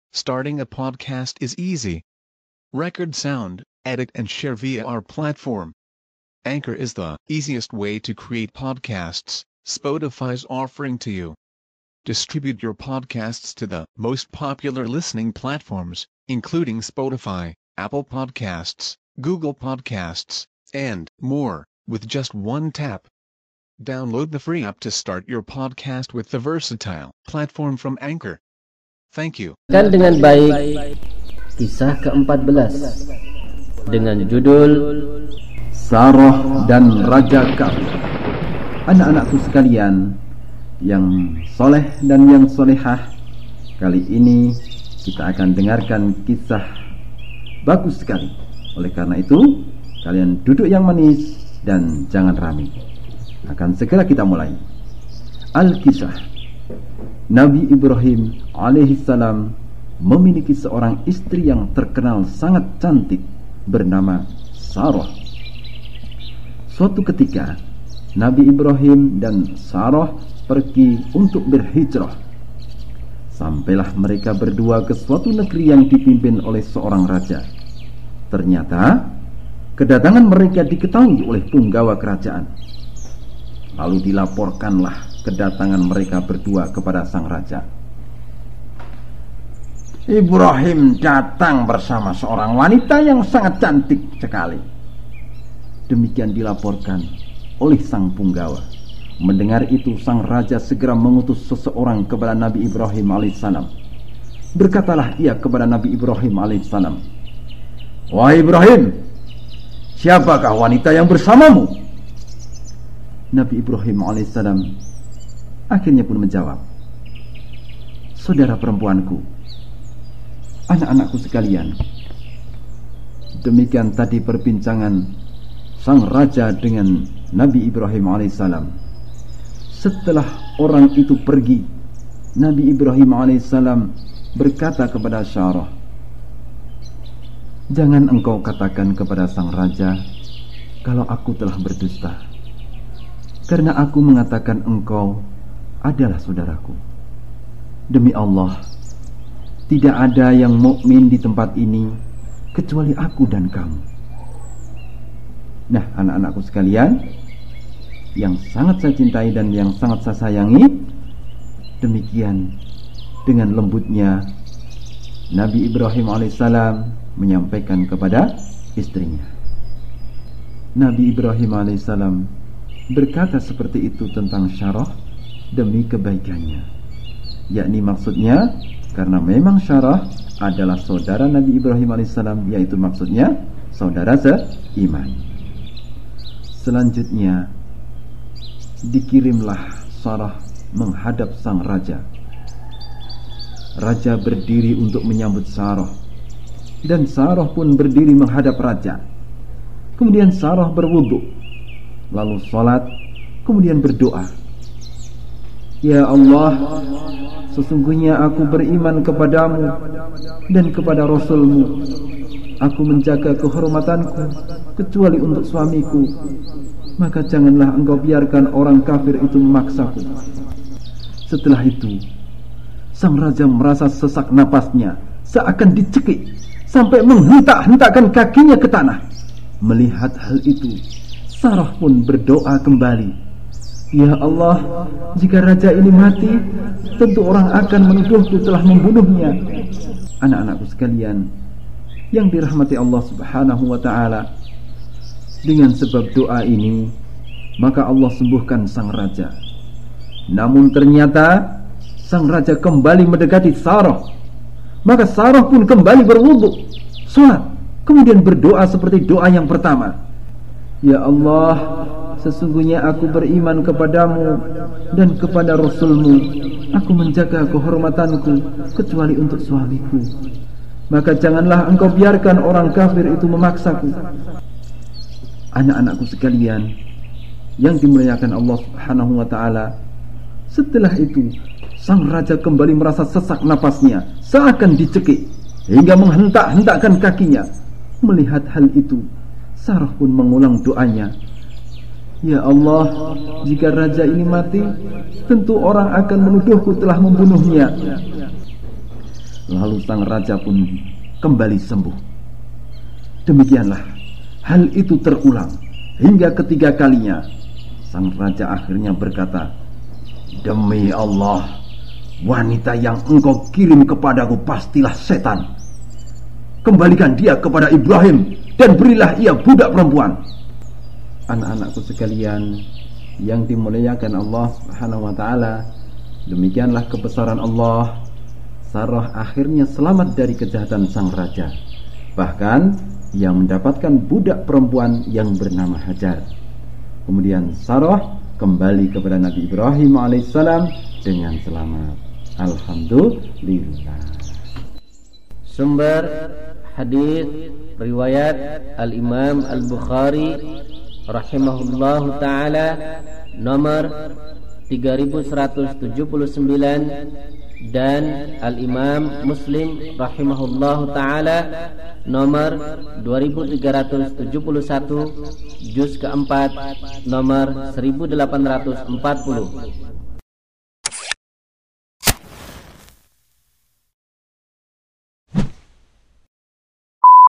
Starting a podcast is easy. Record sound, edit and share via our platform. Anchor is the easiest way to create podcasts. Spotify's offering to you. Distribute your podcasts to the most popular listening platforms, including Spotify, Apple Podcasts, Google Podcasts, and more, with just one tap. Download the free app to start your podcast with the versatile platform from Anchor. Thank you. Kan dengan baik kisah ke-14 dengan judul Sarah dan Raja Kaf. Anak-anakku sekalian yang soleh dan yang solehah, kali ini kita akan dengarkan kisah bagus sekali. Oleh karena itu, kalian duduk yang manis dan jangan rame. Akan segera kita mulai. Al-Kisah. Nabi Ibrahim alaihissalam memiliki seorang istri yang terkenal sangat cantik bernama Sarah. Suatu ketika Nabi Ibrahim dan Sarah pergi untuk berhijrah. Sampailah mereka berdua ke suatu negeri yang dipimpin oleh seorang raja. Ternyata kedatangan mereka diketahui oleh punggawa kerajaan. Lalu dilaporkanlah kedatangan mereka berdua kepada sang raja. Ibrahim datang bersama seorang wanita yang sangat cantik sekali. Demikian dilaporkan oleh sang punggawa. Mendengar itu, sang raja segera mengutus seseorang kepada Nabi Ibrahim alaihissalam. Berkatalah ia kepada Nabi Ibrahim alaihissalam, "Wahai Ibrahim, siapakah wanita yang bersamamu?" Nabi Ibrahim alaihissalam akhirnya pun menjawab, "Saudara perempuanku, anak-anakku sekalian." Demikian tadi perbincangan sang raja dengan Nabi Ibrahim alaihissalam. Setelah orang itu pergi, Nabi Ibrahim alaihissalam berkata kepada Sarah, "Jangan engkau katakan kepada sang raja kalau aku telah berdusta, karena aku mengatakan engkau adalah saudaraku. Demi Allah, tidak ada yang mukmin di tempat ini kecuali aku dan kamu." Nah, anak-anakku sekalian yang sangat saya cintai dan yang sangat saya sayangi, demikian dengan lembutnya Nabi Ibrahim alaihissalam menyampaikan kepada istrinya. Nabi Ibrahim alaihissalam berkata seperti itu tentang Sarah demi kebaikannya, yakni maksudnya karena memang Sarah adalah saudara Nabi Ibrahim alaihissalam, yaitu maksudnya saudara seiman. Selanjutnya dikirimlah Sarah menghadap sang raja. Raja berdiri untuk menyambut Sarah, dan Sarah pun berdiri menghadap raja. Kemudian Sarah berwudu, lalu sholat, kemudian berdoa, "Ya Allah, sesungguhnya aku beriman kepadamu dan kepada Rasul-Mu. Aku menjaga kehormatanku kecuali untuk suamiku. Maka janganlah engkau biarkan orang kafir itu memaksaku." Setelah itu, sang raja merasa sesak napasnya, seakan dicekik sampai menghentak-hentakkan kakinya ke tanah. Melihat hal itu, Sarah pun berdoa kembali, "Ya Allah, jika raja ini mati, tentu orang akan menuduhku telah membunuhnya." Anak-anakku sekalian yang dirahmati Allah subhanahu wa ta'ala, dengan sebab doa ini maka Allah sembuhkan sang raja. Namun ternyata sang raja kembali mendekati Sarah. Maka Sarah pun kembali berwudu, sholat, kemudian berdoa seperti doa yang pertama, "Ya Allah, sesungguhnya aku beriman kepadamu dan kepada Rasul-Mu. Aku menjaga kehormatanku kecuali untuk suamiku. Maka janganlah engkau biarkan orang kafir itu memaksaku." Anak-anakku sekalian yang dimuliakan Allah subhanahu wa ta'ala, setelah itu sang raja kembali merasa sesak napasnya, seakan dicekik hingga menghentak-hentakkan kakinya. Melihat hal itu, Sarah pun mengulang doanya, "Ya Allah, jika raja ini mati, tentu orang akan menuduhku telah membunuhnya." Lalu sang raja pun kembali sembuh. Demikianlah hal itu terulang hingga ketiga kalinya. Sang raja akhirnya berkata, "Demi Allah, wanita yang engkau kirim kepadaku pastilah setan. Kembalikan dia kepada Ibrahim dan berilah ia budak perempuan." Anak-anakku sekalian yang dimuliakan Allah Subhanahu wa taala, demikianlah kebesaran Allah. Sarah akhirnya selamat dari kejahatan sang raja. Bahkan ia mendapatkan budak perempuan yang bernama Hajar. Kemudian Sarah kembali kepada Nabi Ibrahim alaihissalam dengan selamat. Alhamdulillah. Sumber hadis riwayat Al-Imam Al-Bukhari rahimahullahu taala nomor 3179 dan Al-Imam Muslim rahimahullahu taala nomor 2371 juz keempat nomor 1840.